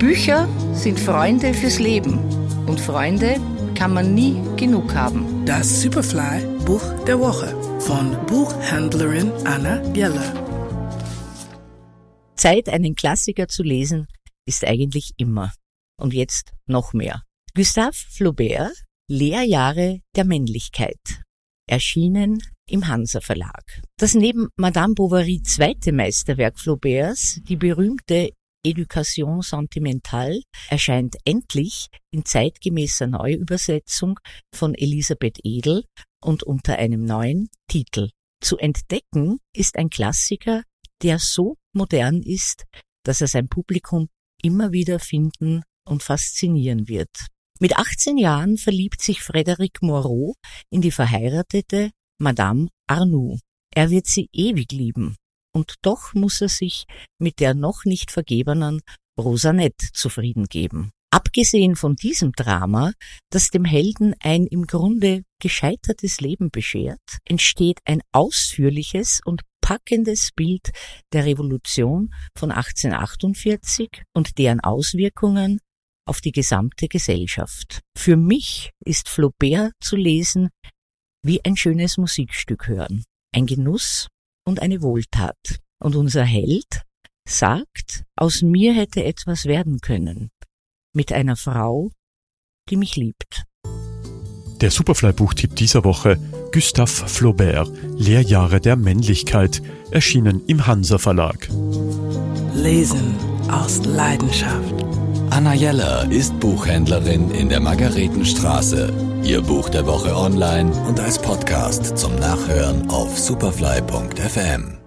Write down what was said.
Bücher sind Freunde fürs Leben und Freunde kann man nie genug haben. Das Superfly-Buch der Woche von Buchhändlerin Anna Jeller. Zeit, einen Klassiker zu lesen, ist eigentlich immer. Und jetzt noch mehr. Gustave Flaubert, Lehrjahre der Männlichkeit. Erschienen im Hansa Verlag. Das neben Madame Bovary zweite Meisterwerk Flauberts, die berühmte Éducation sentimentale, erscheint endlich in zeitgemäßer Neuübersetzung von Elisabeth Edel und unter einem neuen Titel. Zu entdecken ist ein Klassiker, der so modern ist, dass er sein Publikum immer wieder finden und faszinieren wird. Mit 18 Jahren verliebt sich Frédéric Moreau in die verheiratete Madame Arnoux. Er wird sie ewig lieben. Und doch muss er sich mit der noch nicht vergebenen Rosanette zufrieden geben. Abgesehen von diesem Drama, das dem Helden ein im Grunde gescheitertes Leben beschert, entsteht ein ausführliches und packendes Bild der Revolution von 1848 und deren Auswirkungen auf die gesamte Gesellschaft. Für mich ist Flaubert zu lesen wie ein schönes Musikstück hören, ein Genuss und eine Wohltat. Und unser Held sagt, aus mir hätte etwas werden können, mit einer Frau, die mich liebt. Der Superfly-Buchtipp dieser Woche: Gustave Flaubert, Lehrjahre der Männlichkeit, erschienen im Hansa Verlag. Lesen aus Leidenschaft. Anna Jeller ist Buchhändlerin in der Margaretenstraße. Ihr Buch der Woche online und als Podcast zum Nachhören auf superfly.fm.